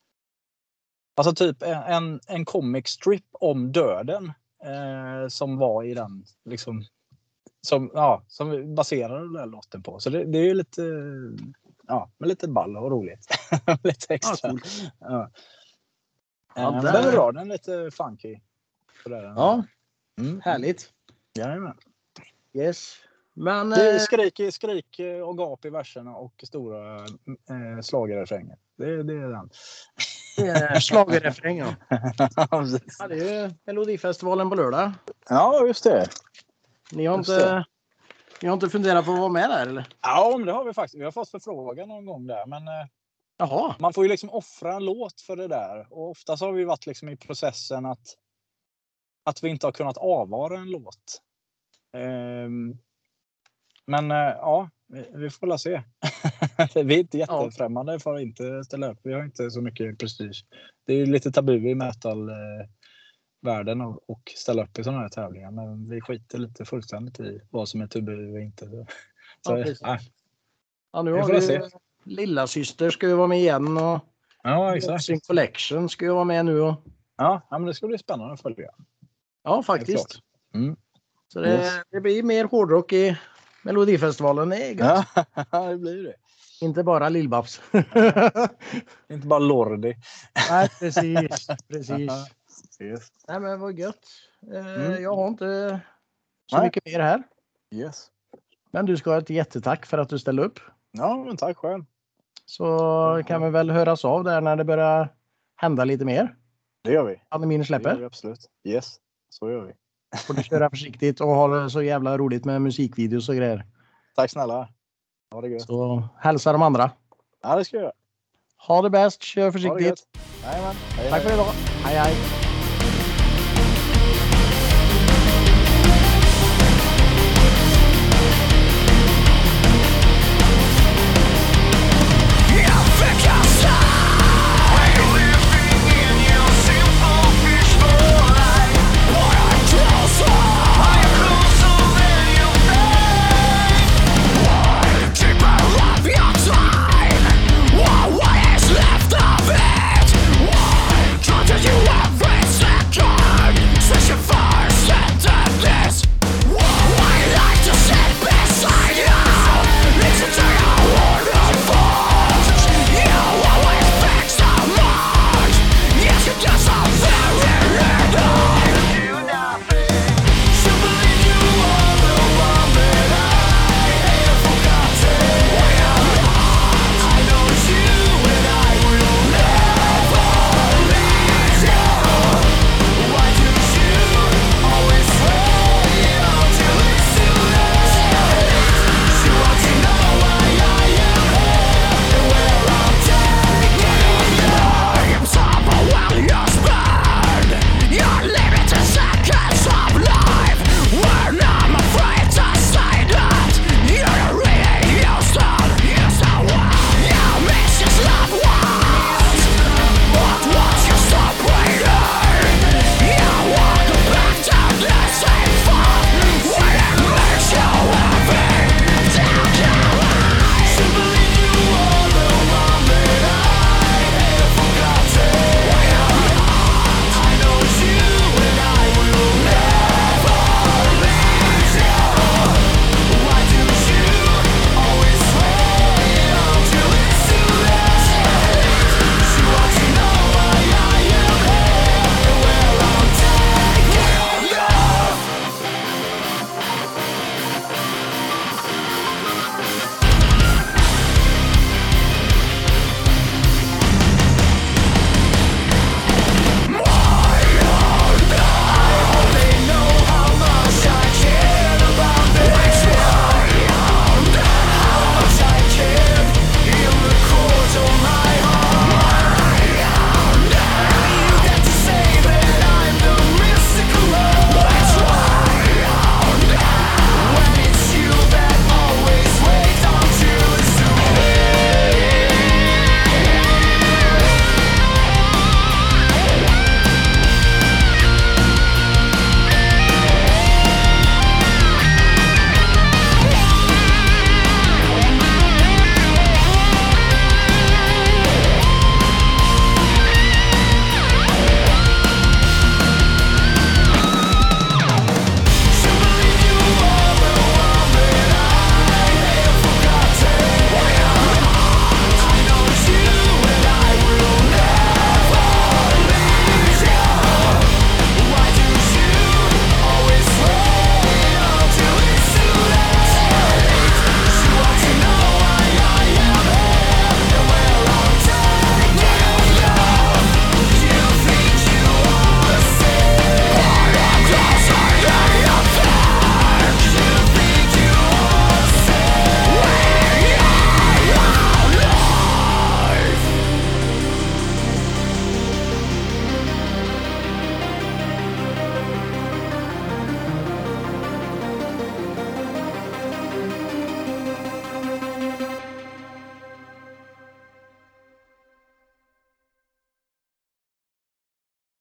alltså typ en, en comic strip om döden eh, som var i den liksom som, ja, som vi baserade den där låten på. Så det, det är ju lite ja, men lite ball och roligt. Lite extra. Ja, cool. Ja. Ja, eh, den är bra, den är lite funky. Ja, mm. Härligt. Jajamän. Yes. Men, det är skrik, skrik och gap i verserna och stora eh, slagerrefränger. Det, det är den. Eh, slagerrefränger. Ja, det är ju Melodifestivalen på lördag. Ja, just det. Ni har, inte, ni har inte funderat på att vara med där, eller? Ja, men det har vi faktiskt. Vi har fått förfrågan någon gång där. Men eh, Jaha. Man får ju liksom offra en låt för det där. Och oftast har vi varit liksom i processen att, att vi inte har kunnat avvara en låt. Eh, Men ja, vi får väl se. Vi är inte jättefrämmande för att inte ställa upp. Vi har inte så mycket prestige. Det är ju lite tabu i metal-världen och ställa upp i sådana här tävlingar. Men vi skiter lite fullständigt i vad som är tabu och inte. Så, ja, ja. Ja, nu har vi lilla syster ska ju vara med igen. Och ja, exakt. Sin Collection ska ju vara med nu. Och... Ja, men det ska bli spännande att följa. Ja, faktiskt. Mm. Så det, Yes. det blir mer hårdrock i Melodifestivalen. Det är gött. Ja, det blir det. Inte bara Lill-Babs. Inte bara Lordi. Nej, precis. Precis. Yes. Nej, men vad gött. Eh, Mm. Jag har inte så Nej. mycket mer här. Yes. Men du ska ha ett jättetack för att du ställde upp. Ja, men tack själv. Så kan vi väl höras av där när det börjar hända lite mer. Det gör vi. Pandemin Det gör vi släpper. absolut. Yes, så gör vi. Får du köra försiktigt och ha det så jävla roligt med musikvideos och grejer. Tack snälla. Ha det gött. Så hälsa de andra. Ja, det ska jag göra. Ha det bäst, kör Ha det försiktigt. gött. Jajamän. Hej, Tack hej. för idag. Hej hej.